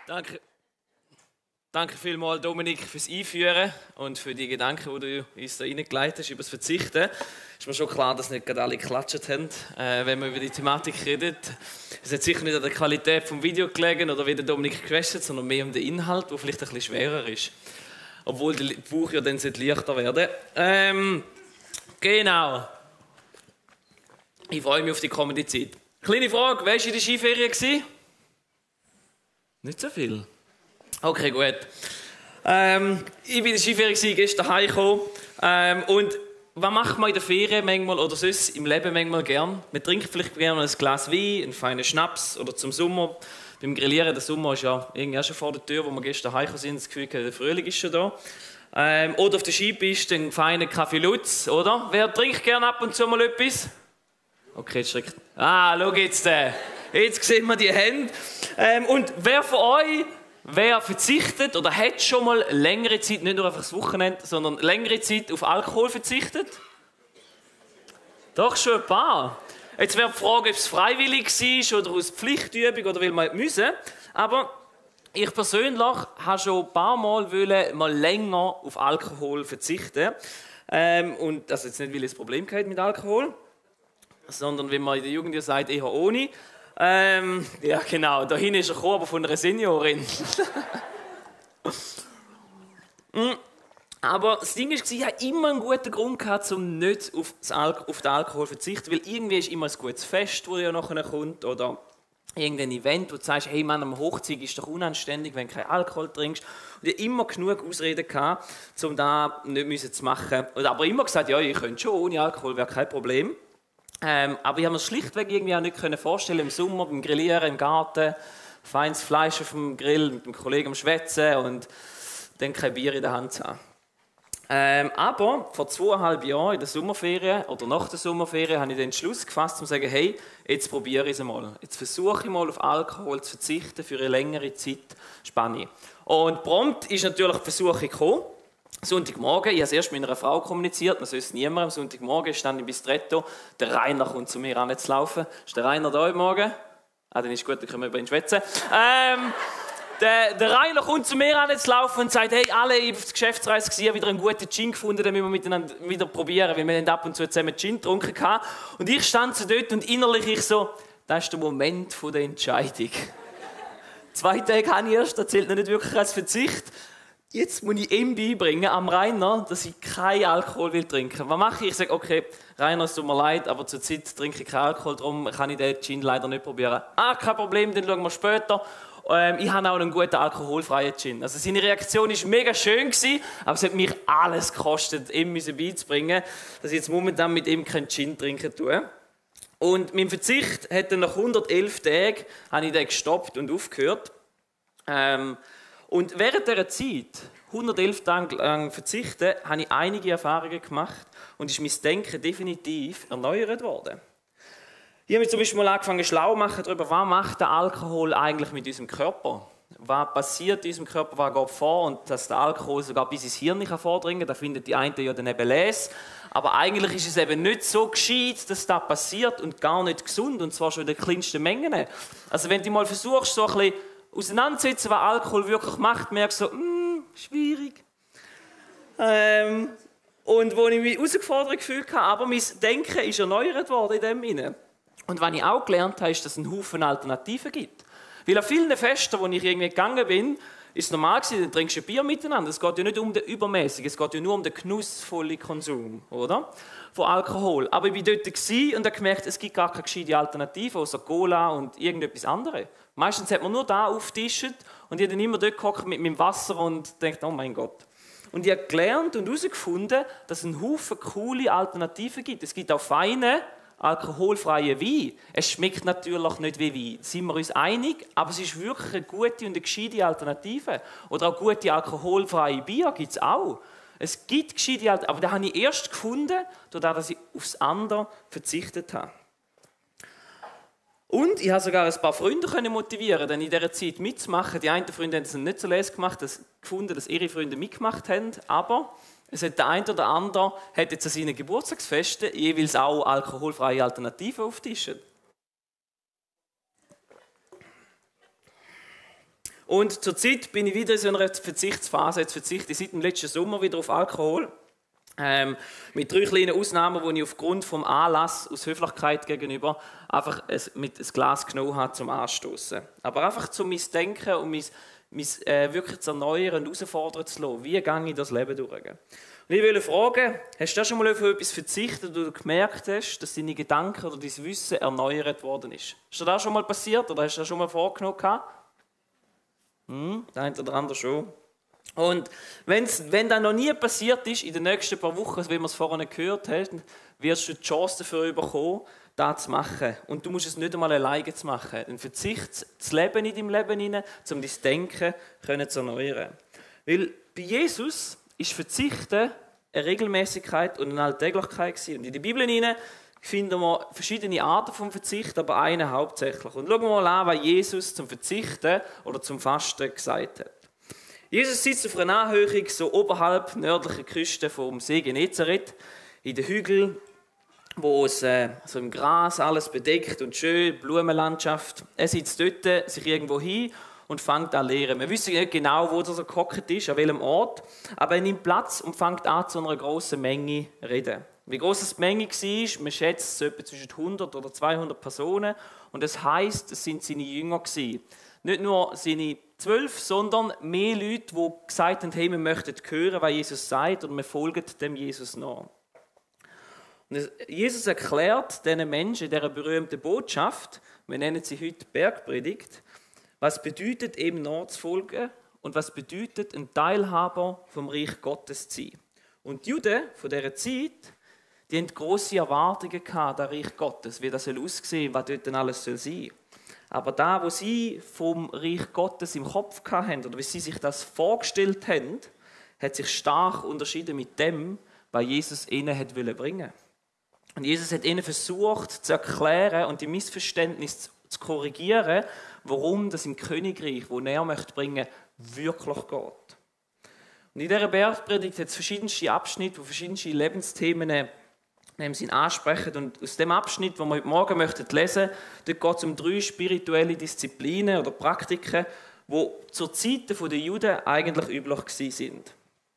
Danke, danke vielmals, Dominik, fürs Einführen und für die Gedanken, die du uns da reingeleitet hast über das Verzichten. Ist mir schon klar, dass nicht gerade alle geklatscht haben, wenn wir über die Thematik reden. Es hat sicher nicht an der Qualität des Videos gelegen oder wie der Dominik gewäscht, sondern mehr um den Inhalt, der vielleicht ein bisschen schwerer ist. Obwohl der Bauch ja dann leichter werden. Genau. Ich freue mich auf die kommende Zeit. Kleine Frage, wer war in der Skiferien? Nicht so viel. Okay, gut. Ich war in der Skiferien, gestern heimgekommen. Und was macht man in der Ferien manchmal oder sonst im Leben manchmal gern? Man trinkt vielleicht gerne ein Glas Wein, einen feinen Schnaps oder zum Sommer. Beim Grillieren, der Sommer ist ja irgendwie auch schon vor der Tür, wo wir gestern heimgekommen sind, das Gefühl, der Frühling ist schon da. Oder auf der Skipiste einen feinen Kaffee Lutz, oder? Wer trinkt gerne ab und zu mal etwas? Okay, jetzt schreckt. Schau jetzt. Jetzt sehen wir die Hände. Und wer von euch, wer verzichtet oder hat schon mal längere Zeit, nicht nur einfach das Wochenende, sondern längere Zeit auf Alkohol verzichtet? Doch, schon ein paar. Jetzt wäre die Frage, ob es freiwillig war oder aus Pflichtübung oder weil man müssen. Aber ich persönlich habe schon ein paar Mal mal länger auf Alkohol verzichten. Und das jetzt nicht, weil ich ein Problem hatte mit Alkohol, sondern wie man in der Jugend ja sagt, eher ohne. Ja genau, da hinten ist er gekommen, aber von einer Seniorin. Aber das Ding war, ich hatte immer einen guten Grund, um nicht auf den Alkohol zu verzichten, weil irgendwie ist immer ein gutes Fest, das ja nachher kommt, oder irgendein Event, wo du sagst, hey Mann, am Hochzeit ist doch unanständig, wenn du keinen Alkohol trinkst. Und ich hatte immer genug Ausreden, um das nicht zu machen. Aber immer gesagt, ja, ich könnte schon ohne Alkohol, wäre kein Problem. Aber ich habe mir schlichtweg irgendwie auch nicht vorstellen, im Sommer beim Grillieren im Garten, feines Fleisch auf dem Grill, mit dem Kollegen am Schwätzen und dann kein Bier in der Hand zu haben. Aber vor 2,5 Jahren in der Sommerferien oder nach der Sommerferien habe ich den Entschluss gefasst, um zu sagen, hey, jetzt probiere ich es einmal. Jetzt versuche ich mal auf Alkohol zu verzichten für eine längere Zeitspanne. Und prompt ist natürlich die Versuchung gekommen. Sonntagmorgen, ich habe es erst mit einer Frau kommuniziert, das ist niemand. Am Sonntagmorgen stand ich im Bistretto, der Rainer kommt zu mir anzulaufen. Ist der Rainer da heute Morgen? Dann ist gut, dann können wir über ihn schwätzen. Der Rainer kommt zu mir anzulaufen und sagt, hey, alle auf der Geschäftsreise gesehen, wieder einen guten Gin gefunden, den müssen wir miteinander wieder probieren, weil wir haben ab und zu zusammen Gin getrunken haben. Und ich stand so dort und innerlich ich so, das ist der Moment der Entscheidung. 2 Tage habe ich erst, das zählt noch nicht wirklich als Verzicht. Jetzt muss ich ihm beibringen, am Rainer, dass ich keinen Alkohol trinken will. Was mache ich? Ich sage, okay, Rainer, es tut mir leid, aber zurzeit trinke ich keinen Alkohol, darum kann ich den Gin leider nicht probieren. Kein Problem, den schauen wir später. Ich habe auch einen guten alkoholfreien Gin. Also seine Reaktion war mega schön, aber es hat mich alles gekostet, ihm beizubringen, dass ich jetzt momentan mit ihm keinen Gin trinken tue. Und mein Verzicht hat dann nach 111 Tagen habe ich den gestoppt und aufgehört. Und während dieser Zeit, 111 Tage lang verzichten, habe ich einige Erfahrungen gemacht und ist mein Denken definitiv erneuert worden. Ich habe mich zum Beispiel mal angefangen schlau zu machen darüber, was macht der Alkohol eigentlich mit unserem Körper? Was passiert in unserem Körper, was geht vor? Und dass der Alkohol sogar bis ins Hirn vordringen kann, da findet die einen ja dann eben les. Aber eigentlich ist es eben nicht so gescheit, dass das passiert und gar nicht gesund, und zwar schon in den kleinsten Mengen. Also wenn du mal versuchst, so ein bisschen auseinandersetzen, was Alkohol wirklich macht, merkst du so, schwierig. Und wo ich mich herausgefordert gefühlt habe, aber mein Denken ist erneuert worden in dem Sinne. Und was ich auch gelernt habe, ist, dass es einen Haufen Alternativen gibt. Weil an vielen Festen, wo ich irgendwie gegangen bin, ist es normal gewesen, dann trinkst du ein Bier miteinander. Es geht ja nicht um den übermäßigen, es geht ja nur um den genussvollen Konsum, oder? Von Alkohol. Aber ich war dort und habe gemerkt, es gibt gar keine gescheite Alternative, außer Cola und irgendetwas anderes. Meistens hat man nur da aufgetischt und ich habe dann immer dort gehockt mit meinem Wasser und denkt, oh mein Gott. Und ich habe gelernt und herausgefunden, dass es einen Haufen coole Alternativen gibt. Es gibt auch feine, alkoholfreie Wein. Es schmeckt natürlich nicht wie Wein, sind wir uns einig, aber es ist wirklich eine gute und eine gescheite Alternative. Oder auch gute alkoholfreie Bier gibt es auch. Es gibt gescheite Alternativen, aber das habe ich erst gefunden, dadurch, dass ich aufs andere verzichtet habe. Und ich habe sogar ein paar Freunde motivieren, dann in dieser Zeit mitzumachen. Die einen Freunde haben es nicht so les gemacht, gefunden, dass ihre Freunde mitgemacht haben, aber es hat der eine oder andere hat jetzt an seinen Geburtstagsfesten jeweils auch alkoholfreie Alternativen aufgetischen. Und zurzeit bin ich wieder in so einer Verzichtsphase. Jetzt verzichte ich seit dem letzten Sommer wieder auf Alkohol. Mit 3 kleinen Ausnahmen, wo ich aufgrund des Anlasses aus Höflichkeit gegenüber einfach ein Glas genommen habe zum Anstoßen. Aber einfach zum mein Denken und mein wirklich zu erneuern und herausfordern zu lassen. Wie gehe ich das Leben durch? Und ich will fragen, hast du schon mal auf etwas verzichtet, wo du gemerkt hast, dass deine Gedanken oder dein Wissen erneuert worden ist? Ist dir das schon mal passiert oder hast du das schon mal vorgenommen? Der eine oder andere schon. Und wenn das noch nie passiert ist, in den nächsten paar Wochen, wie wir es vorhin gehört haben, wirst du die Chance dafür bekommen, das zu machen. Und du musst es nicht einmal alleine zu machen. Ein Verzicht zu leben in deinem Leben hinein, um dein Denken zu erneuern. Weil bei Jesus ist Verzichten eine Regelmäßigkeit und eine Alltäglichkeit gewesen. Und in der Bibel hinein finden wir verschiedene Arten vom Verzicht, aber eine hauptsächlich. Und schauen wir mal an, was Jesus zum Verzichten oder zum Fasten gesagt hat. Jesus sitzt auf einer Anhöhe, so oberhalb nördlicher Küste vom See Genezareth, in den Hügeln, wo es so im Gras alles bedeckt und schön, Blumenlandschaft. Er sitzt dort sich irgendwo hin und fängt an zu lehren. Wir wissen nicht genau, wo er so gehockt ist, an welchem Ort, aber er nimmt Platz und fängt an, zu einer grossen Menge zu reden. Wie gross die Menge war, man schätzt es etwa zwischen 100 oder 200 Personen. Und das heisst, es sind seine Jünger gewesen. Nicht nur seine 12, sondern mehr Leute, die gesagt haben, hey, wir möchten hören, was Jesus sagt, und wir folgen dem Jesus nach. Und Jesus erklärt diesen Menschen in dieser berühmten Botschaft, wir nennen sie heute Bergpredigt, was bedeutet, eben nachzufolgen und was bedeutet, ein Teilhaber vom Reich Gottes zu sein. Und die Juden von dieser Zeit, die hatten grosse Erwartungen gehabt, das Reich Gottes, wie das aussehen soll, was dort denn alles sein soll. Aber da, wo sie vom Reich Gottes im Kopf hatten, oder wie sie sich das vorgestellt haben, hat sich stark unterschieden mit dem, was Jesus ihnen bringen wollte. Und Jesus hat ihnen versucht zu erklären und die Missverständnisse zu korrigieren, warum das im Königreich, wo er möchte bringen, wirklich geht. Und in dieser Bergpredigt hat es verschiedenste Abschnitte, wo verschiedenste Lebensthemen ansprechen. Und aus dem Abschnitt, den wir heute Morgen lesen möchten, dort geht es um 3 spirituelle Disziplinen oder Praktiken, die zur Zeit der Juden eigentlich üblich sind.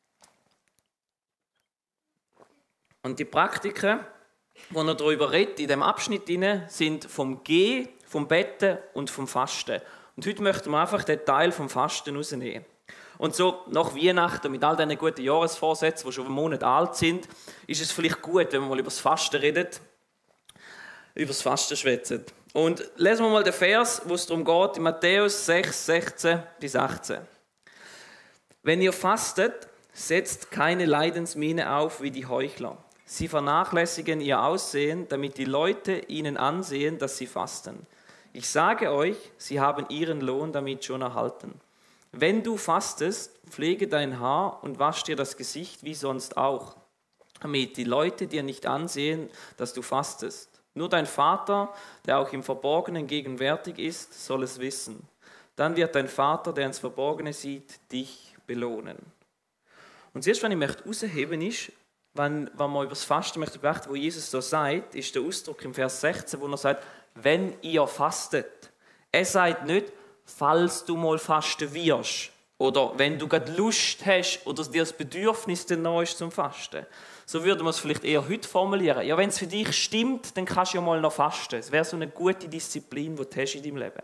Und die Praktiken, die er darüber redet, in diesem Abschnitt sind vom Gehen, vom Betten und vom Fasten. Und heute möchten wir einfach den Teil vom Fasten rausnehmen. Und so nach Weihnachten, mit all diesen guten Jahresvorsätzen, die schon einen Monat alt sind, ist es vielleicht gut, wenn wir mal über das Fasten reden, über das Fasten schwätzen. Und lesen wir mal den Vers, wo es darum geht, in Matthäus 6, 16 bis 18. Wenn ihr fastet, setzt keine Leidensmiene auf wie die Heuchler. Sie vernachlässigen ihr Aussehen, damit die Leute ihnen ansehen, dass sie fasten. Ich sage euch, sie haben ihren Lohn damit schon erhalten. Wenn du fastest, pflege dein Haar und wasch dir das Gesicht wie sonst auch, damit die Leute dir nicht ansehen, dass du fastest. Nur dein Vater, der auch im Verborgenen gegenwärtig ist, soll es wissen. Dann wird dein Vater, der ins Verborgene sieht, dich belohnen. Und zuerst, was ich herausheben möchte, ist, wenn man über das Fasten beachten möchte, wo Jesus so sagt, ist der Ausdruck im Vers 16, wo er sagt, wenn ihr fastet. Er sagt nicht, falls du mal fasten wirst oder wenn du gerade Lust hast oder dir das Bedürfnis danach ist zum Fasten. So würde man es vielleicht eher heute formulieren. Ja, wenn es für dich stimmt, dann kannst du ja mal noch fasten. Es wäre so eine gute Disziplin, die du hast in deinem Leben.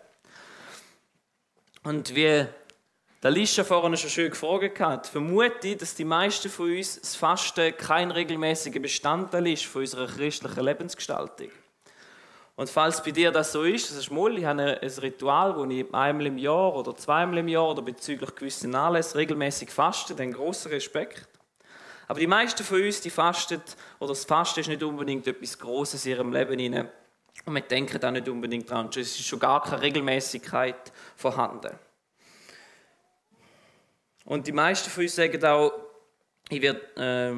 Und wie der Lischa vorhin schon schön gefragt hat, vermute ich, dass die meisten von uns das Fasten kein regelmäßiger Bestandteil ist von unserer christlichen Lebensgestaltung. Und falls bei dir das so ist, das ist mal, ich habe ein Ritual, wo ich einmal im Jahr oder zweimal im Jahr oder bezüglich gewissen Anlässen regelmäßig faste, dann grossen Respekt. Aber die meisten von uns, die fasten, oder das Fasten ist nicht unbedingt etwas Grosses in ihrem Leben hinein. Und wir denken da nicht unbedingt dran. Es ist schon gar keine Regelmäßigkeit vorhanden. Und die meisten von uns sagen auch, ich werde,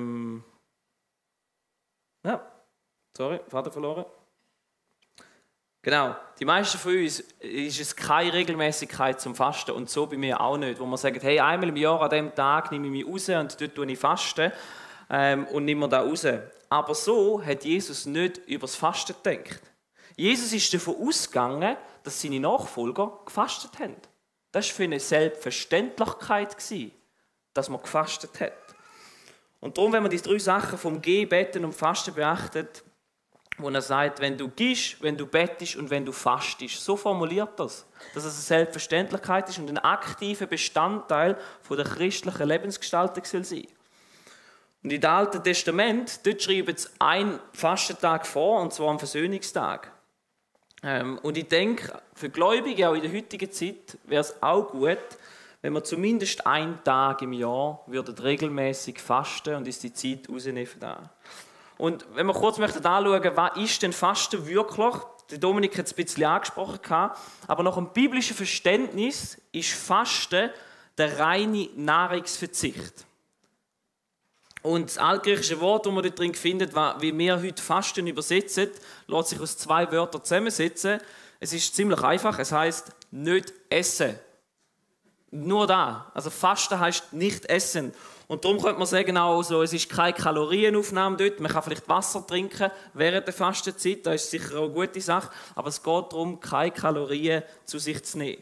Vater verloren. Genau, die meisten von uns ist es keine Regelmäßigkeit zum Fasten und so bei mir auch nicht, wo man sagt, hey, einmal im Jahr an diesem Tag nehme ich mich raus und dort tue ich Fasten und nehme mir da raus. Aber so hat Jesus nicht über das Fasten gedacht. Jesus ist davon ausgegangen, dass seine Nachfolger gefastet haben. Das war für eine Selbstverständlichkeit, dass man gefastet hat. Und darum, wenn man die 3 Sachen vom Beten und Fasten beachtet, wo er sagt, wenn du gibst, wenn du bettest und wenn du fastest. So formuliert das. Dass es eine Selbstverständlichkeit ist und ein aktiver Bestandteil von der christlichen Lebensgestaltung soll sein. Und im Alten Testament, dort schreiben sie einen Fastentag vor, und zwar am Versöhnungstag. Und ich denke, für Gläubige, auch in der heutigen Zeit, wäre es auch gut, wenn wir zumindest einen Tag im Jahr regelmäßig fasten und uns die Zeit rausnehmen für das. Und wenn wir kurz anschauen, was ist denn Fasten wirklich? Der Dominik hat es ein bisschen angesprochen, aber nach dem biblischen Verständnis ist Fasten der reine Nahrungsverzicht. Und das altgriechische Wort, das man dort drin findet, wie wir heute Fasten übersetzen, lässt sich aus 2 Wörtern zusammensetzen. Es ist ziemlich einfach, es heisst nicht essen. Nur da. Also Fasten heisst nicht essen. Und darum könnte man sagen, auch so, es ist keine Kalorienaufnahme dort. Man kann vielleicht Wasser trinken während der Fastenzeit, das ist sicher auch eine gute Sache. Aber es geht darum, keine Kalorien zu sich zu nehmen.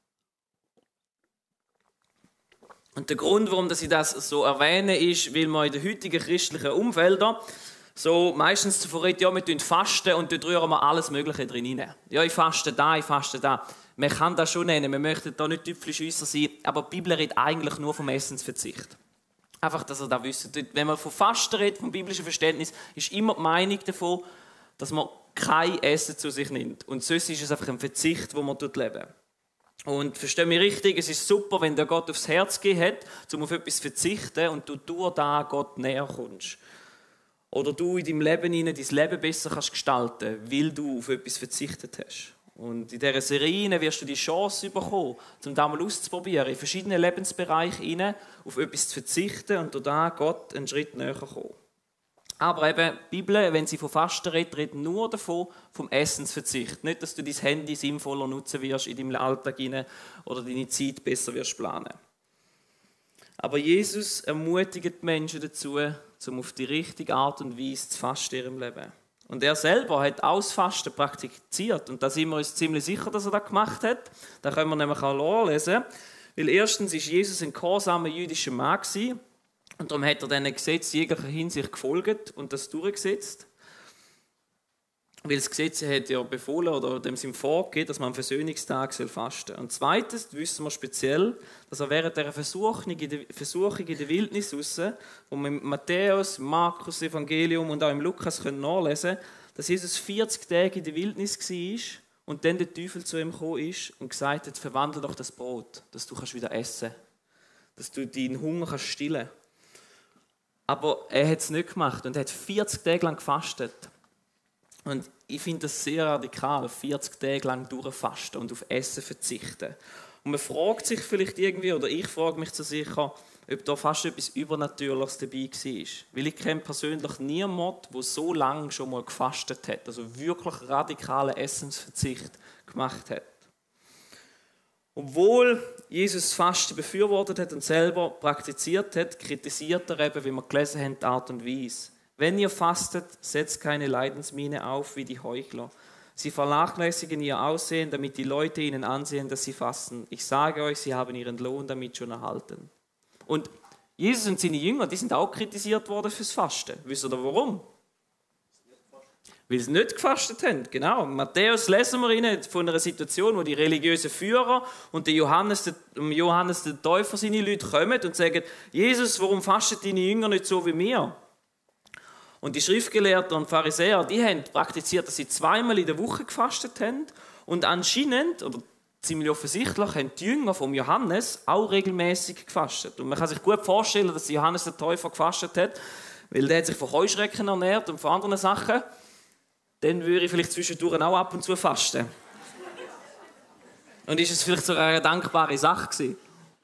Und der Grund, warum ich das so erwähne, ist, weil man in den heutigen christlichen Umfeldern so meistens zu verrät, ja, wir fasten und dort rühren wir alles Mögliche drin rein. Ja, ich faste da, ich faste da. Man kann das schon nennen, wir möchten da nicht Tüpfelschüsser sein, aber die Bibel redet eigentlich nur vom Essensverzicht. Einfach, dass ihr das wisst. Wenn man von Fasten redet, vom biblischen Verständnis, ist immer die Meinung davon, dass man kein Essen zu sich nimmt. Und sonst ist es einfach ein Verzicht, wo man leben. Und versteh mich richtig, es ist super, wenn der Gott aufs Herz gegeben hat, um auf etwas zu verzichten und du durch das Gott näher kommst. Oder du in deinem Leben dein Leben besser kannst gestalten, weil du auf etwas verzichtet hast. Und in dieser Serie wirst du die Chance bekommen, um das mal auszuprobieren, in verschiedenen Lebensbereichen auf etwas zu verzichten und durch das Gott einen Schritt näher kommen. Aber eben, die Bibel, wenn sie von Fasten redet nur davon, vom Essensverzicht. Nicht, dass du dein Handy sinnvoller nutzen wirst in deinem Alltag oder deine Zeit besser wirst planen. Aber Jesus ermutigt die Menschen dazu, um auf die richtige Art und Weise zu fasten in ihrem Leben. Und er selber hat auch das Fasten praktiziert. Und da sind wir uns ziemlich sicher, dass er das gemacht hat. Da können wir nämlich auch nachlesen. Weil erstens war Jesus ein gehorsamer jüdischer Mann gewesen. Und darum hat er diesen Gesetz in jeglicher Hinsicht gefolgt und das durchgesetzt. Weil das Gesetz hat ja befohlen oder dem sind vorgegeben, dass man am Versöhnungstag fasten soll. Und zweitens wissen wir speziell, dass er während dieser Versuchung in der Wildnis raus, wo wir im Matthäus, Markus Evangelium und auch im Lukas nachlesen können, dass Jesus 40 Tage in der Wildnis war und dann der Teufel zu ihm gekommen ist und gesagt hat, verwandle doch das Brot, dass du wieder essen kannst, dass du deinen Hunger stillen kannst. Aber er hat es nicht gemacht und er hat 40 Tage lang gefastet. Und ich finde das sehr radikal, 40 Tage lang durchfasten und auf Essen verzichten. Und man fragt sich vielleicht irgendwie, oder ich frage mich zu sicher, ob da fast etwas Übernatürliches dabei war. Weil ich kenne persönlich niemanden, der so lange schon mal gefastet hat, also wirklich radikalen Essensverzicht gemacht hat. Obwohl Jesus das Fasten befürwortet hat und selber praktiziert hat, kritisiert er eben, wie wir gelesen haben, die Art und Weise. Wenn ihr fastet, setzt keine Leidensmiene auf wie die Heuchler. Sie vernachlässigen ihr Aussehen, damit die Leute ihnen ansehen, dass sie fasten. Ich sage euch, sie haben ihren Lohn damit schon erhalten. Und Jesus und seine Jünger, die sind auch kritisiert worden fürs Fasten. Wisst ihr warum? Weil sie nicht gefastet haben. Genau. In Matthäus lesen wir ihnen von einer Situation, wo die religiösen Führer und der Johannes der Täufer, seine Leute kommen und sagen, Jesus, warum fasten deine Jünger nicht so wie wir? Und die Schriftgelehrten und Pharisäer, die haben praktiziert, dass sie 2-mal in der Woche gefastet haben. Und anscheinend, oder ziemlich offensichtlich, haben die Jünger vom Johannes auch regelmäßig gefastet. Und man kann sich gut vorstellen, dass Johannes der Täufer gefastet hat, weil der hat sich von Heuschrecken ernährt und von anderen Sachen. Dann würde ich vielleicht zwischendurch auch ab und zu fasten. Und ist es vielleicht sogar eine dankbare Sache gewesen.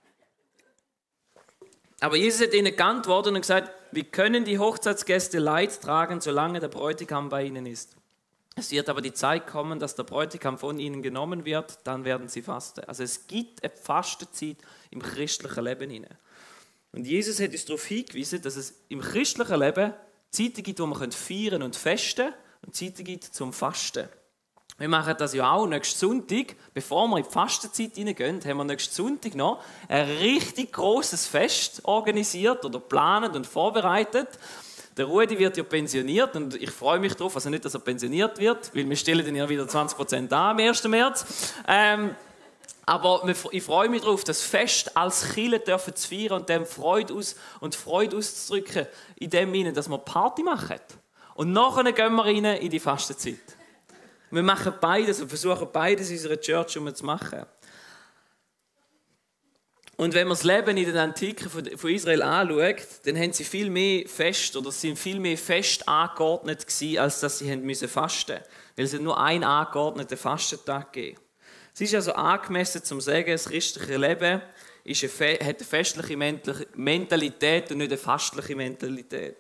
Aber Jesus hat ihnen geantwortet und gesagt, wie können die Hochzeitsgäste Leid tragen, solange der Bräutigam bei ihnen ist? Es wird aber die Zeit kommen, dass der Bräutigam von ihnen genommen wird, dann werden sie fasten. Also es gibt eine Fastenzeit im christlichen Leben hinein. Und Jesus hat uns darauf hingewiesen, dass es im christlichen Leben Zeiten gibt, wo man feiern und festen und Zeiten gibt zum Fasten. Wir machen das ja auch nächsten Sonntag, bevor wir in die Fastenzeit hineingehen, haben wir nächsten Sonntag noch ein richtig grosses Fest organisiert oder geplant und vorbereitet. Der Rudi wird ja pensioniert und ich freue mich darauf, also nicht, dass er pensioniert wird, weil wir stellen ihn ja wieder 20% an am 1. März. Aber ich freue mich darauf, das Fest als Kirche zu feiern und dem Freude auszudrücken, in dem Sinne, dass wir Party machen. Und nachher gehen wir rein in die Fastenzeit. Wir machen beides und versuchen beides in unserer Church zu machen. Und wenn man das Leben in den Antiken von Israel anschaut, dann haben sie viel mehr Fest oder sind viel mehr fest angeordnet gewesen, als dass sie fasten mussten. Weil es nur einen angeordneten Fastentag gegeben. Es ist also angemessen, zum zu sagen, das christliche Leben hat eine festliche Mentalität und nicht eine fastliche Mentalität.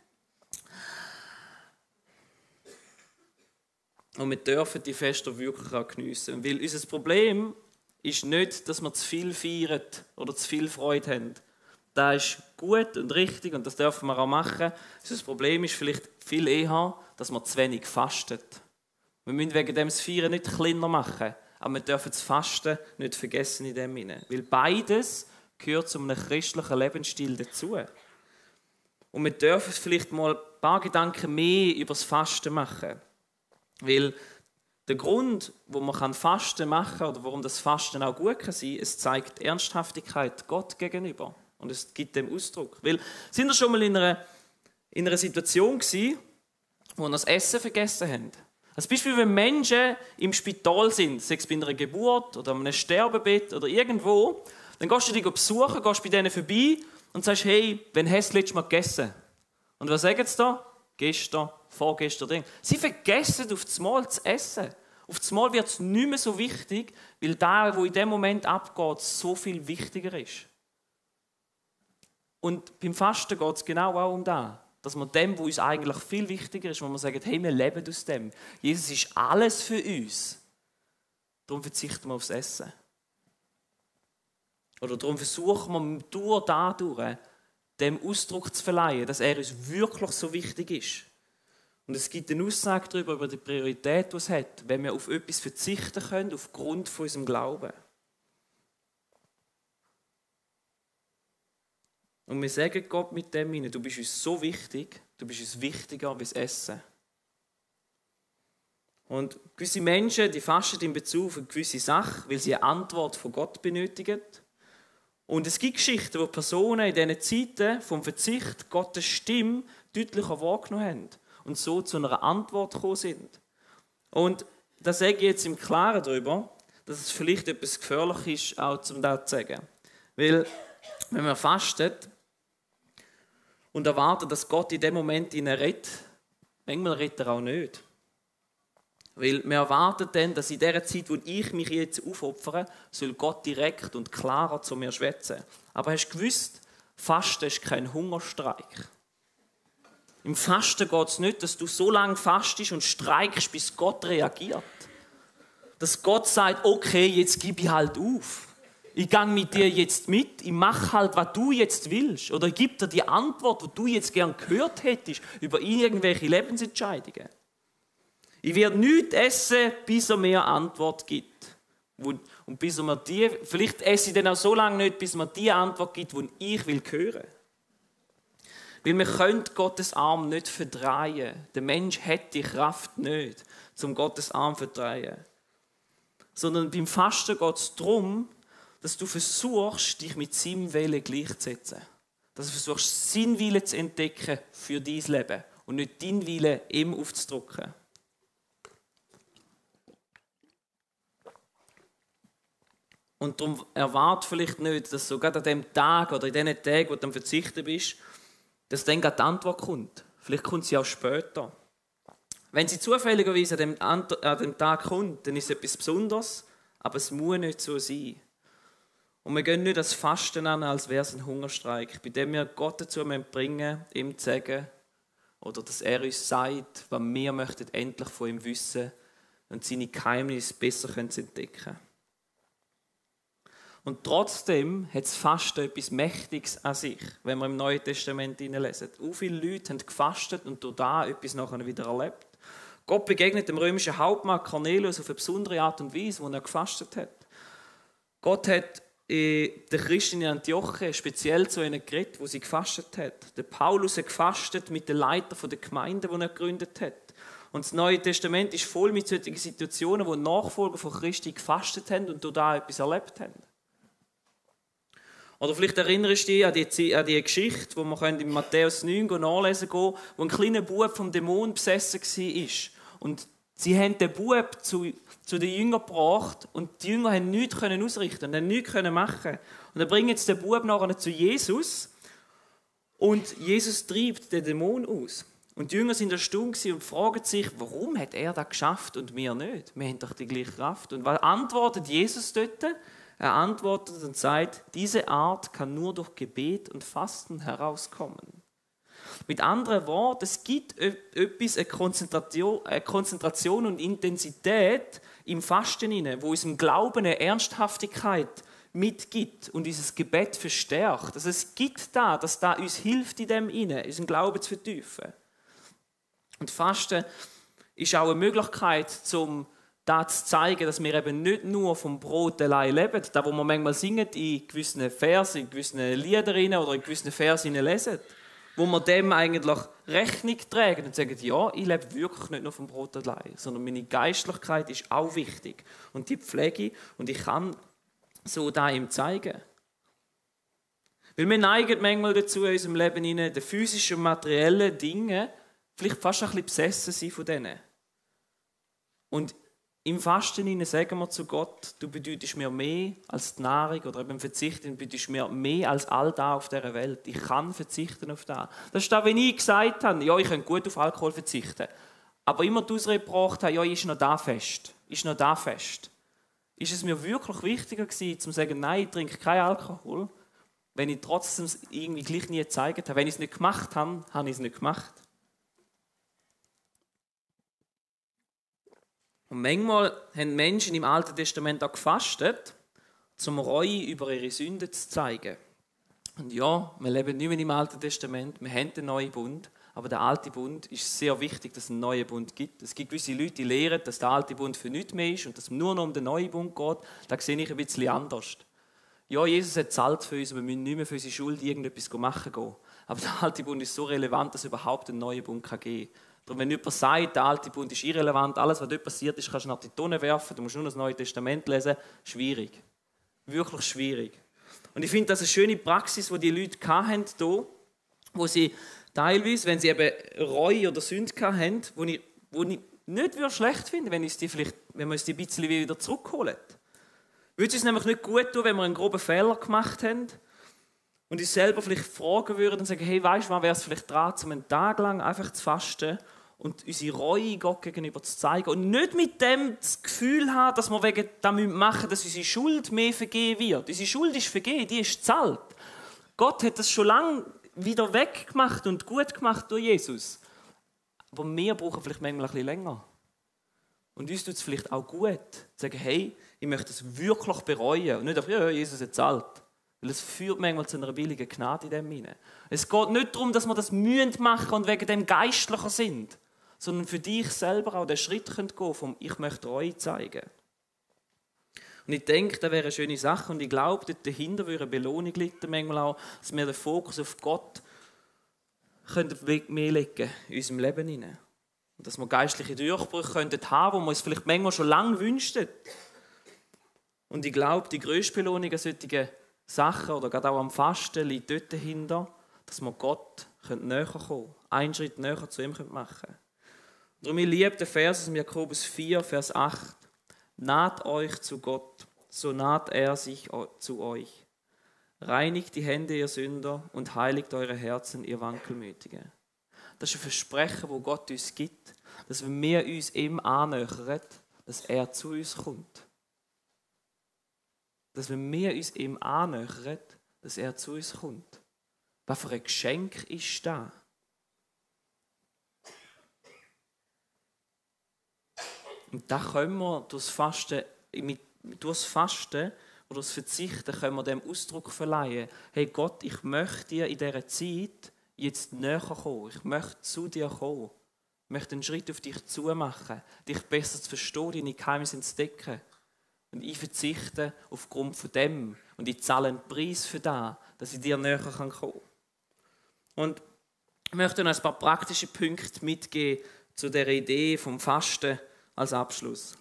Und wir dürfen die Feste wirklich auch geniessen. Weil unser Problem ist nicht, dass wir zu viel feiern oder zu viel Freude haben. Das ist gut und richtig und das dürfen wir auch machen. Unser Problem ist vielleicht viel eher, dass wir zu wenig fasten. Wir müssen wegen dem das Feiern nicht kleiner machen, aber wir dürfen das Fasten nicht vergessen in dem Sinne. Weil beides gehört zu einem christlichen Lebensstil dazu. Und wir dürfen vielleicht mal ein paar Gedanken mehr über das Fasten machen. Weil der Grund, wo man Fasten machen kann oder warum das Fasten auch gut kann sein, es zeigt Ernsthaftigkeit Gott gegenüber. Und es gibt dem Ausdruck. Weil, sind wir schon mal in einer Situation gewesen, wo wir das Essen vergessen haben? Als Beispiel, wenn Menschen im Spital sind, sei es bei einer Geburt oder an einem Sterbebett oder irgendwo, dann gehst du die besuchen, gehst bei denen vorbei und sagst, hey, wann hast du das letzte Mal gegessen? Und was sagen sie da? Gestern, vorgestern. Sie vergessen auf das Mal zu essen. Auf das Mal wird es nicht mehr so wichtig, weil das, was in dem Moment abgeht, so viel wichtiger ist. Und beim Fasten geht es genau auch um das. Dass wir dem, was uns eigentlich viel wichtiger ist, wo wir sagen, hey, wir leben aus dem. Jesus ist alles für uns. Darum verzichten wir aufs Essen. Oder darum versuchen wir dadurch, dem Ausdruck zu verleihen, dass er uns wirklich so wichtig ist. Und es gibt eine Aussage darüber, über die Priorität, die es hat, wenn wir auf etwas verzichten können, aufgrund von unserem Glauben. Und wir sagen Gott mit dem hinein, du bist uns so wichtig, du bist uns wichtiger als das Essen. Und gewisse Menschen, die fasten in Bezug auf eine gewisse Sache, weil sie eine Antwort von Gott benötigen. Und es gibt Geschichten, wo Personen in diesen Zeiten vom Verzicht Gottes Stimme deutlicher wahrgenommen haben und so zu einer Antwort gekommen sind. Und da sage ich jetzt im Klaren darüber, dass es vielleicht etwas gefährlich ist, auch zum das zu sagen. Weil, wenn man fastet und erwartet, dass Gott in dem Moment ihn rettet, manchmal rettet er auch nicht. Weil wir erwarten dann, dass in der Zeit, wo ich mich jetzt aufopfere, soll Gott direkt und klarer zu mir schwätzen. Aber hast du gewusst, Fasten ist kein Hungerstreik. Im Fasten geht es nicht, dass du so lange fastest und streikst, bis Gott reagiert. Dass Gott sagt, okay, jetzt gebe ich halt auf. Ich gehe mit dir jetzt mit, ich mache halt, was du jetzt willst. Oder ich gebe dir die Antwort, die du jetzt gern gehört hättest, über irgendwelche Lebensentscheidungen. Ich werde nichts essen, bis er mir Antwort gibt. Und bis er mir vielleicht esse ich dann auch so lange nicht, bis er mir die Antwort gibt, die ich will hören. Weil wir können Gottes Arm nicht verdrehen. Der Mensch hat die Kraft nicht, zum Gottes Arm zu verdrehen. Sondern beim Fasten geht es darum, dass du versuchst, dich mit seinem Willen gleichzusetzen. Dass du versuchst, seinen Willen zu entdecken für dein Leben und nicht deinen Willen ihm aufzudrücken. Und darum erwarte vielleicht nicht, dass so gerade an dem Tag oder in den Tagen, wo du am Verzichten bist, dass dann gerade die Antwort kommt. Vielleicht kommt sie auch später. Wenn sie zufälligerweise an dem Tag kommt, dann ist es etwas Besonderes, aber es muss nicht so sein. Und wir gehen nicht das Fasten an, als wäre es ein Hungerstreik, bei dem wir Gott dazu bringen, ihm zu sagen, oder dass er uns sagt, was wir möchten endlich von ihm wissen und seine Geheimnisse besser entdecken können. Und trotzdem hat das Fasten etwas Mächtiges an sich, wenn wir im Neuen Testament hineinlesen. So viele Leute haben gefastet und durch das etwas nachher wieder erlebt. Gott begegnet dem römischen Hauptmann Cornelius auf eine besondere Art und Weise, wo er gefastet hat. Gott hat den Christen in Antiochia speziell zu ihnen geredet, wo sie gefastet hat. Der Paulus hat gefastet mit den Leitern der Gemeinde, die er gegründet hat. Und das Neue Testament ist voll mit solchen Situationen, wo Nachfolger von Christi gefastet haben und durch da etwas erlebt haben. Oder vielleicht erinnerst du dich an die Geschichte, die wir in Matthäus 9 nachlesen können, wo ein kleiner Bub vom Dämon besessen war. Und sie haben den Bub zu den Jüngern gebracht und die Jünger haben nichts ausrichten und nichts machen. Und dann bringen sie den Bub nachher zu Jesus und Jesus treibt den Dämon aus. Und die Jünger sind erstaunt und fragen sich, warum hat er das geschafft und wir nicht? Wir haben doch die gleiche Kraft. Und was antwortet Jesus dort? Er antwortet und sagt, diese Art kann nur durch Gebet und Fasten herauskommen. Mit anderen Worten, es gibt etwas, eine Konzentration und Intensität im Fasten inne, wo unserem Glauben eine Ernsthaftigkeit mitgibt und unser Gebet verstärkt. Also es gibt da, dass da uns hilft in dem inne, unseren Glauben zu vertiefen. Und Fasten ist auch eine Möglichkeit, um da zu zeigen, dass wir eben nicht nur vom Brot allein leben, da wo wir manchmal singen in gewissen Versen, in gewissen Liedern oder in gewissen Versen lesen, wo wir dem eigentlich Rechnung tragen und sagen, ja, ich lebe wirklich nicht nur vom Brot allein, sondern meine Geistlichkeit ist auch wichtig und die pflege ich und ich kann so da ihm zeigen. Weil wir neigen manchmal dazu in unserem Leben, den physischen und materiellen Dingen vielleicht fast ein bisschen besessen sein von denen. Und im Fasten sagen wir zu Gott, du bedeutest mir mehr als die Nahrung oder eben Verzichten, du bedeutest mir mehr als all das auf dieser Welt. Ich kann verzichten auf das. Das ist das, wenn ich gesagt habe, ja, ich kann gut auf Alkohol verzichten. Aber immer die Ausrede gebracht habe, ja, ist noch da fest. Ist noch da fest. Ist es mir wirklich wichtiger gewesen, zu sagen, nein, ich trinke keinen Alkohol, wenn ich trotzdem irgendwie gleich nie gezeigt habe. Wenn ich es nicht gemacht habe, habe ich es nicht gemacht. Und manchmal haben Menschen im Alten Testament auch gefastet, um Reue über ihre Sünden zu zeigen. Und ja, wir leben nicht mehr im Alten Testament, wir haben den neuen Bund, aber der alte Bund ist sehr wichtig, dass es einen neuen Bund gibt. Es gibt gewisse Leute, die lehren, dass der alte Bund für nichts mehr ist und dass es nur noch um den neuen Bund geht. Das sehe ich ein bisschen anders. Ja, Jesus hat zahlt für uns, wir müssen nicht mehr für unsere Schuld irgendetwas machen gehen. Aber der alte Bund ist so relevant, dass es überhaupt einen neuen Bund geben kann. Darum, wenn jemand sagt, der alte Bund ist irrelevant, alles, was dort passiert ist, kannst du nach die Tonne werfen, du musst nur das Neue Testament lesen, schwierig. Wirklich schwierig. Und ich finde, das ist eine schöne Praxis, die Leute hatten hier, wo sie teilweise, wenn sie eben Reue oder Sünde hatten, wo ich nicht schlecht finde, wenn wir uns die ein bisschen wieder zurückholen. Würde es uns nämlich nicht gut tun, wenn wir einen groben Fehler gemacht haben und uns selber vielleicht fragen würden und sagen, hey, weißt du, wann wäre es vielleicht dran, um einen Tag lang einfach zu fasten und unsere Reue Gott gegenüber zu zeigen und nicht mit dem das Gefühl haben, dass wir wegen dem machen, dass unsere Schuld mehr vergeben wird. Unsere Schuld ist vergeben, die ist gezahlt. Gott hat das schon lange wieder weggemacht und gut gemacht durch Jesus. Aber wir brauchen vielleicht manchmal ein bisschen länger. Und uns tut es vielleicht auch gut, zu sagen, hey, ich möchte es wirklich bereuen und nicht einfach, ja, Jesus hat gezahlt. Weil es führt manchmal zu einer billigen Gnade in dem hinein. Es geht nicht darum, dass wir das machen müssen und wegen dem geistlicher sind, sondern für dich selber auch den Schritt gehen können, vom Ich möchte Reue zeigen. Und ich denke, das wäre eine schöne Sache und ich glaube, dort dahinter würde eine Belohnung liegen, manchmal auch, dass wir den Fokus auf Gott mehr legen in unserem Leben hinein. Und dass wir geistliche Durchbrüche haben könnten, die wir uns vielleicht manchmal schon lange wünschten. Und ich glaube, die grösste Belohnung an solchen Sachen oder gerade auch am Fasten liegt dort dahinter, dass wir Gott näher kommen können, einen Schritt näher zu ihm machen können. Darum, ich liebe den Vers aus Jakobus 4, Vers 8. Naht euch zu Gott, so naht er sich zu euch. Reinigt die Hände, ihr Sünder, und heiligt eure Herzen, ihr Wankelmütige. Das ist ein Versprechen, das Gott uns gibt, dass wenn wir uns ihm annähern, dass er zu uns kommt. Dass wenn wir uns ihm annähern, dass er zu uns kommt. Was für ein Geschenk ist das? Und da können wir durchs Fasten oder das Verzichten können wir dem Ausdruck verleihen. Hey Gott, ich möchte dir in dieser Zeit jetzt näher kommen. Ich möchte zu dir kommen. möchte einen Schritt auf dich zu machen, dich besser zu verstehen, deine Geheimnisse zu entdecken. Und ich verzichte aufgrund von dem und ich zahle einen Preis für das, dass ich dir näher kommen kann. Und ich möchte noch ein paar praktische Punkte mitgeben zu der Idee vom Fasten als Abschluss.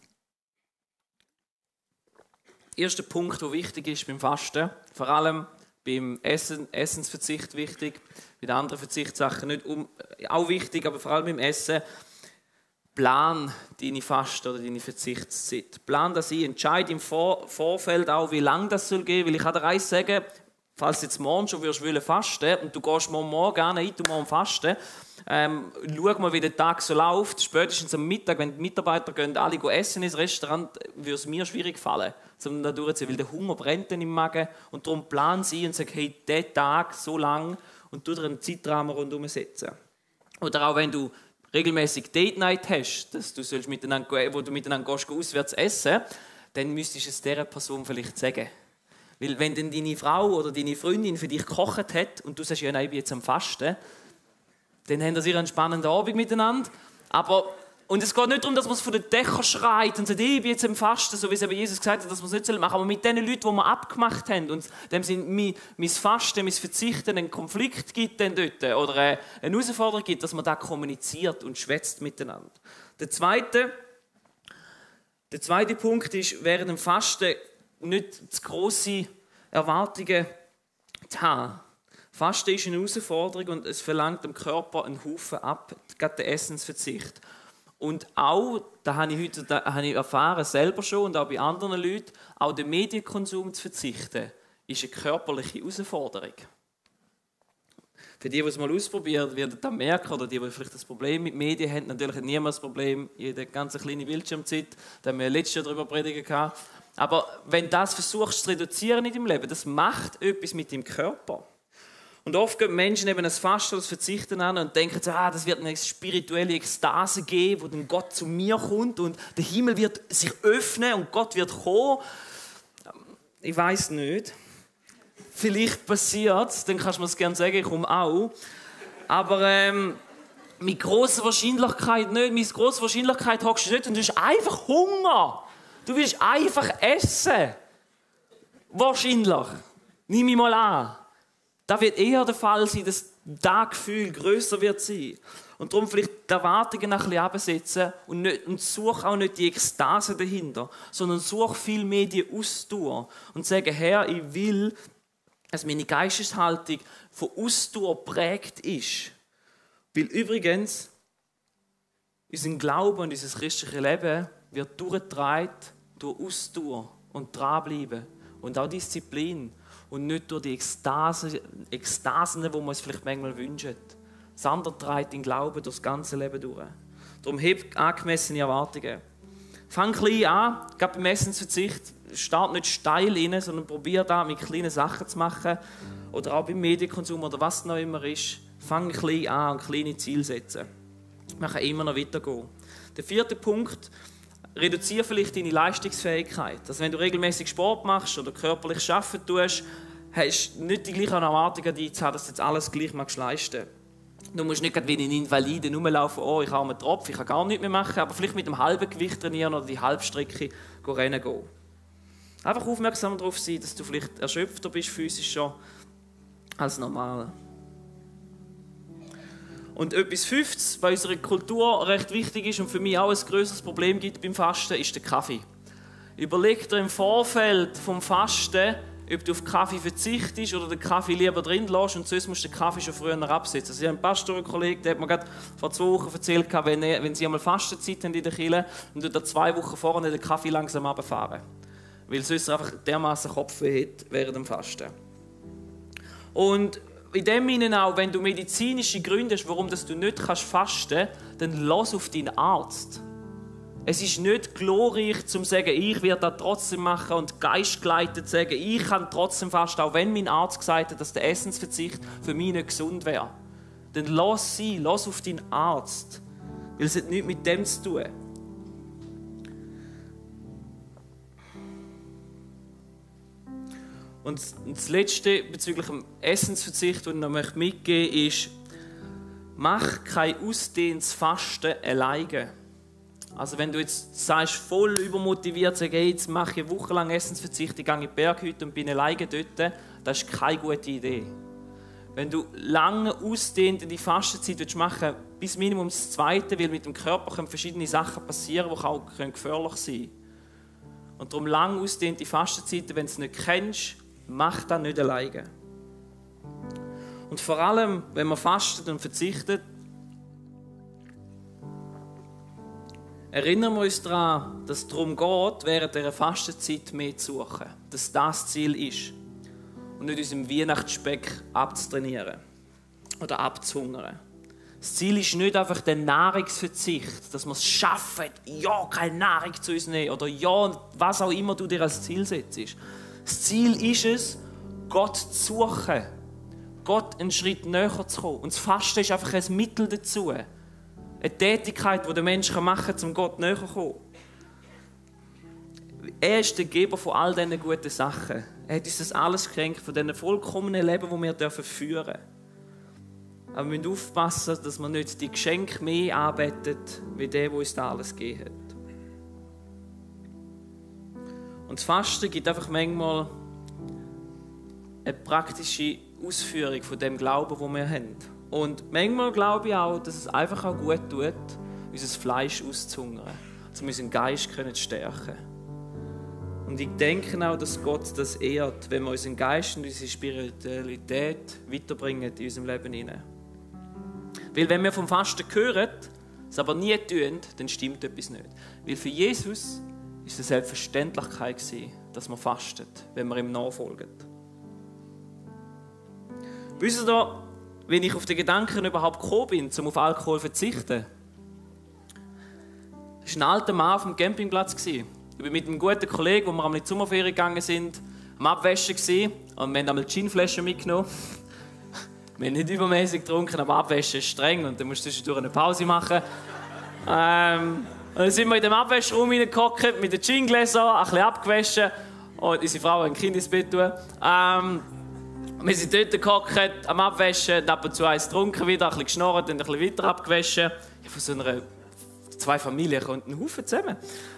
Erster Punkt, der wichtig ist beim Fasten, vor allem beim Essensverzicht wichtig, bei den anderen Verzichtssachen nicht auch wichtig, aber vor allem beim Essen. Plan deine Fasten oder deine Verzichtszeit. Plan das ein. Entscheide im Vorfeld auch, wie lange das soll gehen. Weil ich kann dir eins sagen, falls du jetzt morgen schon fasten willst und du gehst morgen an, du morgen fasten, schau mal, wie der Tag so läuft. Spätestens am Mittag, wenn die Mitarbeiter gehen, alle essen ins Restaurant, würde es mir schwierig fallen, um da durchzuziehen, weil der Hunger brennt dann im Magen. Und darum plan sie und sag, hey, diesen Tag so lang und du dir einen Zeitrahmen rundherum setzen. Oder auch wenn du regelmäßig Date Night hast, dass du wo du miteinander gehst, auswärts essen, dann müsstest du es dieser Person vielleicht sagen. Weil wenn dann deine Frau oder deine Freundin für dich gekocht hat und du sagst, ja nein, ich bin jetzt am Fasten, dann haben sie einen spannenden Abend miteinander. Und es geht nicht darum, dass man es von den Dächern schreit und sagt, ich bin jetzt am Fasten, so wie es eben Jesus gesagt hat, dass man es nicht machen soll. Aber mit den Leuten, die wir abgemacht haben und dem sind mein Fasten, mein Verzichten einen Konflikt gibt dann dort, oder eine Herausforderung gibt, dass man da kommuniziert und schwätzt miteinander. Der zweite Punkt ist, während dem Fasten nicht zu grosse Erwartungen zu haben. Fasten ist eine Herausforderung und es verlangt dem Körper einen Haufen ab, gerade der Essensverzicht. Und auch, da habe ich erfahren, selber schon und auch bei anderen Leuten, auch den Medienkonsum zu verzichten, ist eine körperliche Herausforderung. Für die es mal ausprobieren, werden das merken, oder die vielleicht das Problem mit Medien haben, natürlich hat niemand das Problem, jede ganze kleine Bildschirmzeit, da haben wir letztes Jahr darüber predigen gehabt. Aber wenn du das versuchst zu reduzieren in deinem Leben, das macht etwas mit deinem Körper. Und oft gehen Menschen eben das Fasten oder das Verzichten an und denken, das wird eine spirituelle Ekstase geben, wo dann Gott zu mir kommt und der Himmel wird sich öffnen und Gott wird kommen. Ich weiß nicht. Vielleicht passiert es, dann kannst du mir das gerne sagen, ich komme auch. Aber mit grosser Wahrscheinlichkeit nicht. Mit grosser Wahrscheinlichkeit hockst du nicht und du hast einfach Hunger. Du willst einfach essen. Wahrscheinlich. Nimm mich mal an. Das wird eher der Fall sein, dass das Gefühl grösser wird sein. Und darum vielleicht die Erwartungen ein bisschen runtersetzen und such auch nicht die Ekstase dahinter, sondern such viel mehr die Ausdauer. Und sagen, Herr, ich will, dass meine Geisteshaltung von Ausdauer geprägt ist. Weil übrigens, unser Glaube und unser christliches Leben wird durchgetragen durch Ausdauer und dranbleiben und auch Disziplin. Und nicht durch die Ekstasen, die wir uns vielleicht manchmal wünschen. Sondern trägt den Glauben durch das ganze Leben durch. Darum heb angemessene Erwartungen. Fang klein an, gerade beim Essensverzicht. Start nicht steil rein, sondern probier da mit kleinen Sachen zu machen. Oder auch beim Medienkonsum oder was noch immer ist. Fang klein an und kleine Ziele setzen. Man kann immer noch weitergehen. Der vierte Punkt: reduziere vielleicht deine Leistungsfähigkeit. Also wenn du regelmäßig Sport machst oder körperlich arbeiten tust, hast du nicht die gleichen Erwartungen an dich zu haben, dass du jetzt alles gleich leisten magst. Du musst nicht wie ein Invalide rumlaufen, ich habe einen Tropf, ich kann gar nichts mehr machen, aber vielleicht mit dem halben Gewicht trainieren oder die Halbstrecke rennen gehen. Einfach aufmerksam darauf sein, dass du vielleicht erschöpfter bist, physisch schon, als normal. Und etwas Fünftes, was unserer Kultur recht wichtig ist und für mich auch ein grösseres Problem gibt beim Fasten, ist der Kaffee. Überleg dir im Vorfeld vom Fasten, ob du auf Kaffee verzichtest oder den Kaffee lieber drin lässt und sonst musst du den Kaffee schon früher absetzen. Also ich habe einen Pastorenkollegen, der hat mir gerade vor 2 Wochen erzählt, wenn sie einmal Fastenzeit haben in der Kirche, und da 2 Wochen vorher den Kaffee langsam runterfahren. Weil sonst einfach dermaßen Kopfweh hat während dem Fasten. Und in dem Sinne auch, wenn du medizinische Gründe hast, warum du nicht fasten kannst, dann lass auf deinen Arzt. Es ist nicht glorreich, zu sagen, ich werde das trotzdem machen und geistgeleitet sagen, ich kann trotzdem fasten, auch wenn mein Arzt gesagt hat, dass der Essensverzicht für mich nicht gesund wäre. Dann lass sie, lass auf deinen Arzt, weil es hat nichts mit dem zu tun. Und das Letzte bezüglich dem Essensverzicht, das ich noch mitgeben möchte, ist, mach kein ausdehntes Fasten alleine. Also wenn du jetzt sagst, voll übermotiviert, sagst, hey, jetzt mache ich eine Woche lang Essensverzicht, ich gehe in die Berghütte und bin alleine dort, das ist keine gute Idee. Wenn du lange ausdehnte Fastenzeit machen willst, bis Minimum das Zweite, weil mit dem Körper können verschiedene Sachen passieren, die auch gefährlich sein können. Und darum lang ausdehnte Fastenzeiten, wenn du es nicht kennst, mach das nicht alleine. Und vor allem, wenn man fastet und verzichtet, erinnern wir uns daran, dass es darum geht, während dieser Fastenzeit mehr zu suchen. Dass das das Ziel ist. Und nicht unserem Weihnachtsspeck abzutrainieren oder abzuhungern. Das Ziel ist nicht einfach der Nahrungsverzicht, dass wir es schaffen, ja, keine Nahrung zu uns nehmen oder ja, was auch immer du dir als Ziel setzt. Das Ziel ist es, Gott zu suchen, Gott einen Schritt näher zu kommen. Und das Fasten ist einfach ein Mittel dazu. Eine Tätigkeit, die der Mensch machen kann, um Gott näher zu kommen. Er ist der Geber von all diesen guten Sachen. Er hat uns das alles geschenkt, von diesem vollkommenen Leben, das wir führen dürfen. Aber wir müssen aufpassen, dass wir nicht die Geschenke mehr anbeten, wie der uns das alles gegeben hat. Und das Fasten gibt einfach manchmal eine praktische Ausführung von dem Glauben, den wir haben. Und manchmal glaube ich auch, dass es einfach auch gut tut, unser Fleisch auszuhungern, um unseren Geist zu stärken. Und ich denke auch, dass Gott das ehrt, wenn wir unseren Geist und unsere Spiritualität weiterbringen in unserem Leben hinein. Weil wenn wir vom Fasten hören, es aber nie tun, dann stimmt etwas nicht. Weil für Jesus war es eine Selbstverständlichkeit, dass wir fasten, wenn wir ihm nachfolgen. Wisst ihr, wenn ich auf den Gedanken überhaupt gekommen bin, um auf Alkohol zu verzichten? Das war ein alter Mann auf dem Campingplatz. Ich bin mit einem guten Kollegen, wo wir in die Sommerferien gegangen sind, am Abwaschen und wir haben einmal Ginflaschen mitgenommen. Wir haben nicht übermäßig getrunken, aber Abwaschen ist streng und dann musst du zwischendurch eine Pause machen. Und dann sind wir in dem Abwaschraum reingehockt, mit den Gingläsern, ein bisschen abgewaschen und unsere Frau hat ein Kind ins Bett tun. Wir sind dort gehockt, am Abwaschen, ab und zu eins getrunken, wieder ein bisschen geschnorrt und ein bisschen weiter abgewaschen. Ja, von so einer 2 Familien kommt ein Haufen zusammen.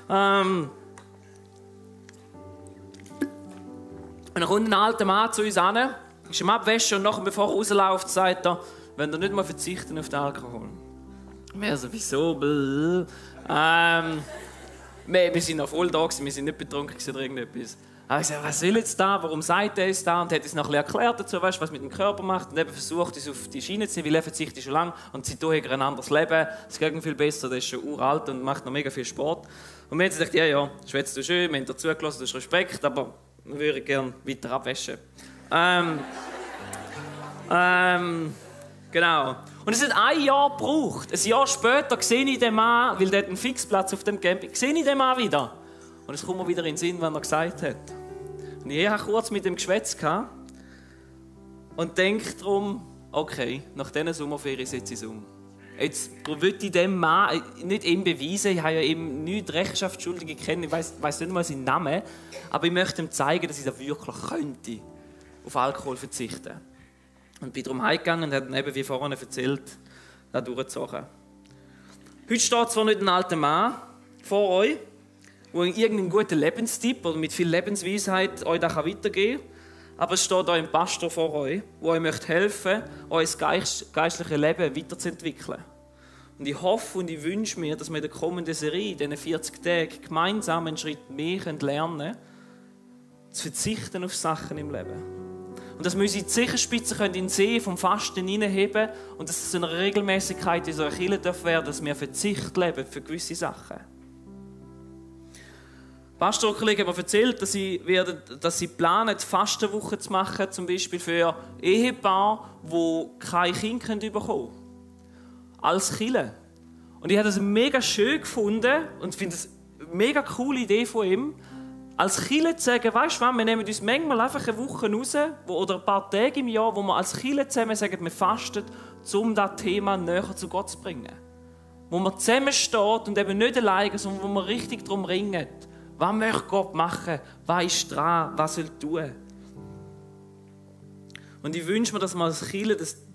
Und dann kommt ein alter Mann zu uns hin, ist am Abwaschen und nachher, bevor er rausläuft, sagt er, wenn er nicht mal verzichten auf den Alkohol. Wir so, wieso? Wir sind noch voll da, wir sind nicht betrunken oder irgendetwas. Aber ich sage, was will jetzt da? Warum sagt er es da? Und hat uns noch ein bisschen erklärt dazu, weißt, was mit dem Körper macht. Und eben versucht, uns auf die Schiene zu nehmen, weil er verzichtet schon lange. Und seitdem hat er ein anderes Leben. Es geht viel besser, der ist schon uralt und macht noch mega viel Sport. Und wir haben gesagt, ja, schwätzt du schön, wir haben dir zugelassen, du hast Respekt, aber wir würden gerne weiter abwaschen. Genau. Und es hat ein Jahr gebraucht. Ein Jahr später sehe ich den Mann, weil der hat einen Fixplatz auf dem Camping, sehe ich den Mann wieder. Und es kommt mir wieder in den Sinn, was er gesagt hat. Und ich hatte kurz mit dem geschwätzt und denke darum, okay, nach dieser Sommerferien setze ich es um. Jetzt will ich dem Mann nicht ihm beweisen, ich habe ja eben nichts Rechenschaftsschuldige kennen, ich weiss nicht mal seinen Namen, aber ich möchte ihm zeigen, dass ich das wirklich könnte, auf Alkohol verzichten. Und bin darum heimgegangen und habe dann eben, wie vorhin erzählt, das durchgezogen. Heute steht zwar nicht ein alter Mann vor euch, der irgendeinen guten Lebenstipp oder mit viel Lebensweisheit euch das weitergeben kann, aber es steht euch ein Pastor vor euch, der euch helfen möchte, euer geistliches Leben weiterzuentwickeln. Und ich hoffe und ich wünsche mir, dass wir in der kommenden Serie, in diesen 40 Tagen, gemeinsam einen Schritt mehr lernen können, zu verzichten auf Sachen im Leben. Und dass wir unsere Zehenspitzen in den See vom Fasten hineinheben und dass es zu einer Regelmäßigkeit in unserer Kirche werden darf, dass wir Verzicht leben für gewisse Sachen. Pastorkollegen haben mir erzählt, dass sie planen, Fastenwoche zu machen, zum Beispiel für Ehepaare, die kein Kind bekommen können. Als Kirche. Und ich habe das mega schön gefunden und finde das eine mega coole Idee von ihm, als Kirche zu sagen, weißt du was, wir nehmen uns manchmal einfach eine Woche raus oder ein paar Tage im Jahr, wo wir als Kirche zusammen sagen, wir fasten, um das Thema näher zu Gott zu bringen. Wo man zusammensteht und eben nicht alleine, sondern wo man richtig darum ringt. Was möchte Gott machen? Was ist dran? Was soll tun? Und ich wünsche mir, dass wir als Kirche das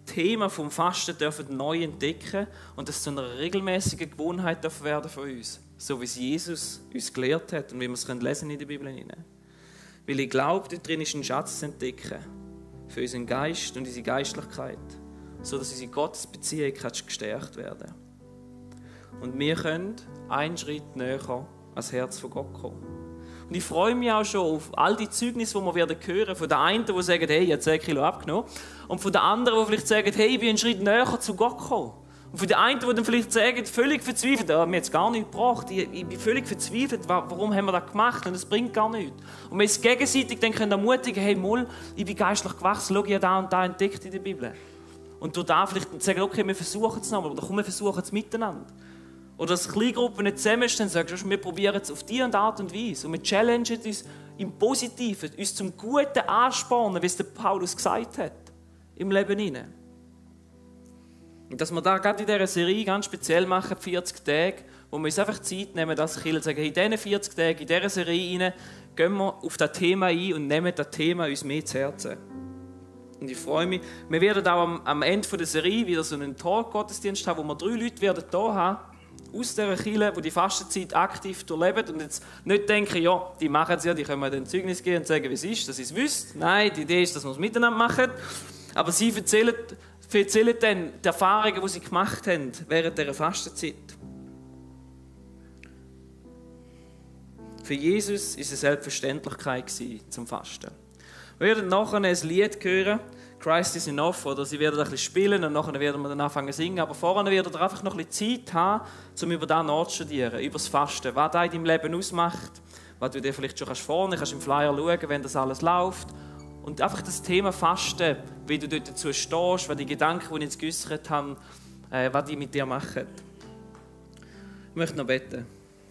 Thema vom Fasten dürfen neu entdecken und das zu einer regelmäßigen Gewohnheit darf werden von uns. So wie es Jesus uns gelehrt hat und wie wir es lesen in der Bibel hinein. Weil ich glaube, dort drin ist ein Schatz zu entdecken. Für unseren Geist und unsere Geistlichkeit. So dass unsere Gottesbeziehung gestärkt werden kann. Und wir können einen Schritt näher ans Herz von Gott kommen. Und ich freue mich auch schon auf all die Zeugnisse, die wir hören werden. Von den einen, die sagen, hey, ich habe 10 Kilo abgenommen. Und von den anderen, die vielleicht sagen, hey, ich bin einen Schritt näher zu Gott gekommen. Und von den einen, die dann vielleicht sagen, völlig verzweifelt, mir hat es gar nichts gebracht. Ich bin völlig verzweifelt, warum haben wir das gemacht? Und es bringt gar nichts. Und wir uns gegenseitig dann können ermutigen, hey, Moll, ich bin geistlich gewachsen, schau, ich habe da und da entdeckt in der Bibel. Und du da vielleicht sagen, okay, wir versuchen es nochmal, oder komm, wir versuchen es miteinander. Oder dass Kleingruppen nicht zusammenstehen und sagen, wir probieren es auf die und Art und Weise. Und wir challengen uns im Positiven, uns zum Guten anspornen, wie es der Paulus gesagt hat, im Leben hinein. Und dass wir da gerade in dieser Serie ganz speziell machen, 40 Tage, wo wir uns einfach Zeit nehmen, das Kirche sagen, in diesen 40 Tagen, in dieser Serie hinein, gehen wir auf das Thema ein und nehmen das Thema uns mehr zu Herzen. Und ich freue mich, wir werden auch am Ende der Serie wieder so einen Talk-Gottesdienst haben, wo wir 3 Leute werden hier haben, aus dieser Kirche, die Fastenzeit aktiv durchleben und jetzt nicht denken, ja, die machen es ja, die können mir dann Zeugnis geben und sagen, wie es ist, dass sie es wissen. Nein, die Idee ist, dass wir es miteinander machen. Aber sie erzählen dann die Erfahrungen, die sie gemacht haben während dieser Fastenzeit. Für Jesus war es eine Selbstverständlichkeit zum Fasten. Wir werden nachher ein Lied hören, Christ is enough, oder sie werden ein bisschen spielen und nachher werden wir dann anfangen zu singen. Aber vorher werden wir einfach noch ein bisschen Zeit haben, um über das nachzustudieren, über das Fasten. Was das in deinem Leben ausmacht, was du dir vielleicht schon vorne kannst im Flyer schauen, wenn das alles läuft. Und einfach das Thema Fasten, wie du dort dazu stehst, was die Gedanken, die ich jetzt geäußert habe, was die mit dir machen. Ich möchte noch beten.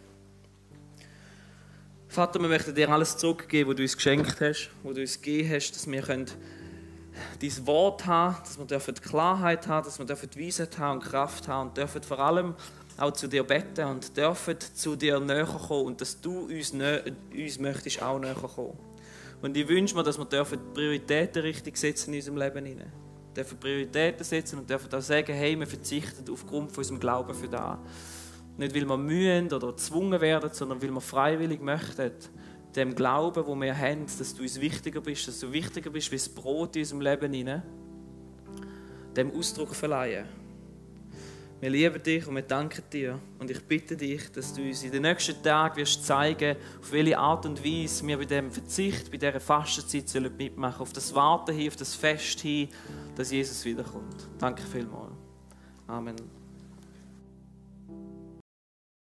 Vater, wir möchten dir alles zurückgeben, was du uns geschenkt hast, was du uns gegeben hast, dass wir dein Wort haben, dass wir Klarheit haben, dass wir Weisheit haben und Kraft haben und dürfen vor allem auch zu dir beten und dürfen zu dir näher kommen und dass du uns möchtest auch näher kommen. Und ich wünsche mir, dass wir Prioritäten richtig setzen in unserem Leben hinein. Wir dürfen Prioritäten setzen und dürfen auch sagen, hey, wir verzichten aufgrund von unserem Glauben für das. Nicht, weil wir mühen oder gezwungen werden, sondern weil wir freiwillig möchten, dem Glauben, wo wir haben, dass du uns wichtiger bist, dass du wichtiger bist wie das Brot in unserem Leben hinein, dem Ausdruck verleihen. Wir lieben dich und wir danken dir. Und ich bitte dich, dass du uns in den nächsten Tagen wirst zeigen, auf welche Art und Weise wir bei diesem Verzicht, bei dieser Fastenzeit mitmachen sollen, auf das Warten hin, auf das Fest hin, dass Jesus wiederkommt. Danke vielmals. Amen.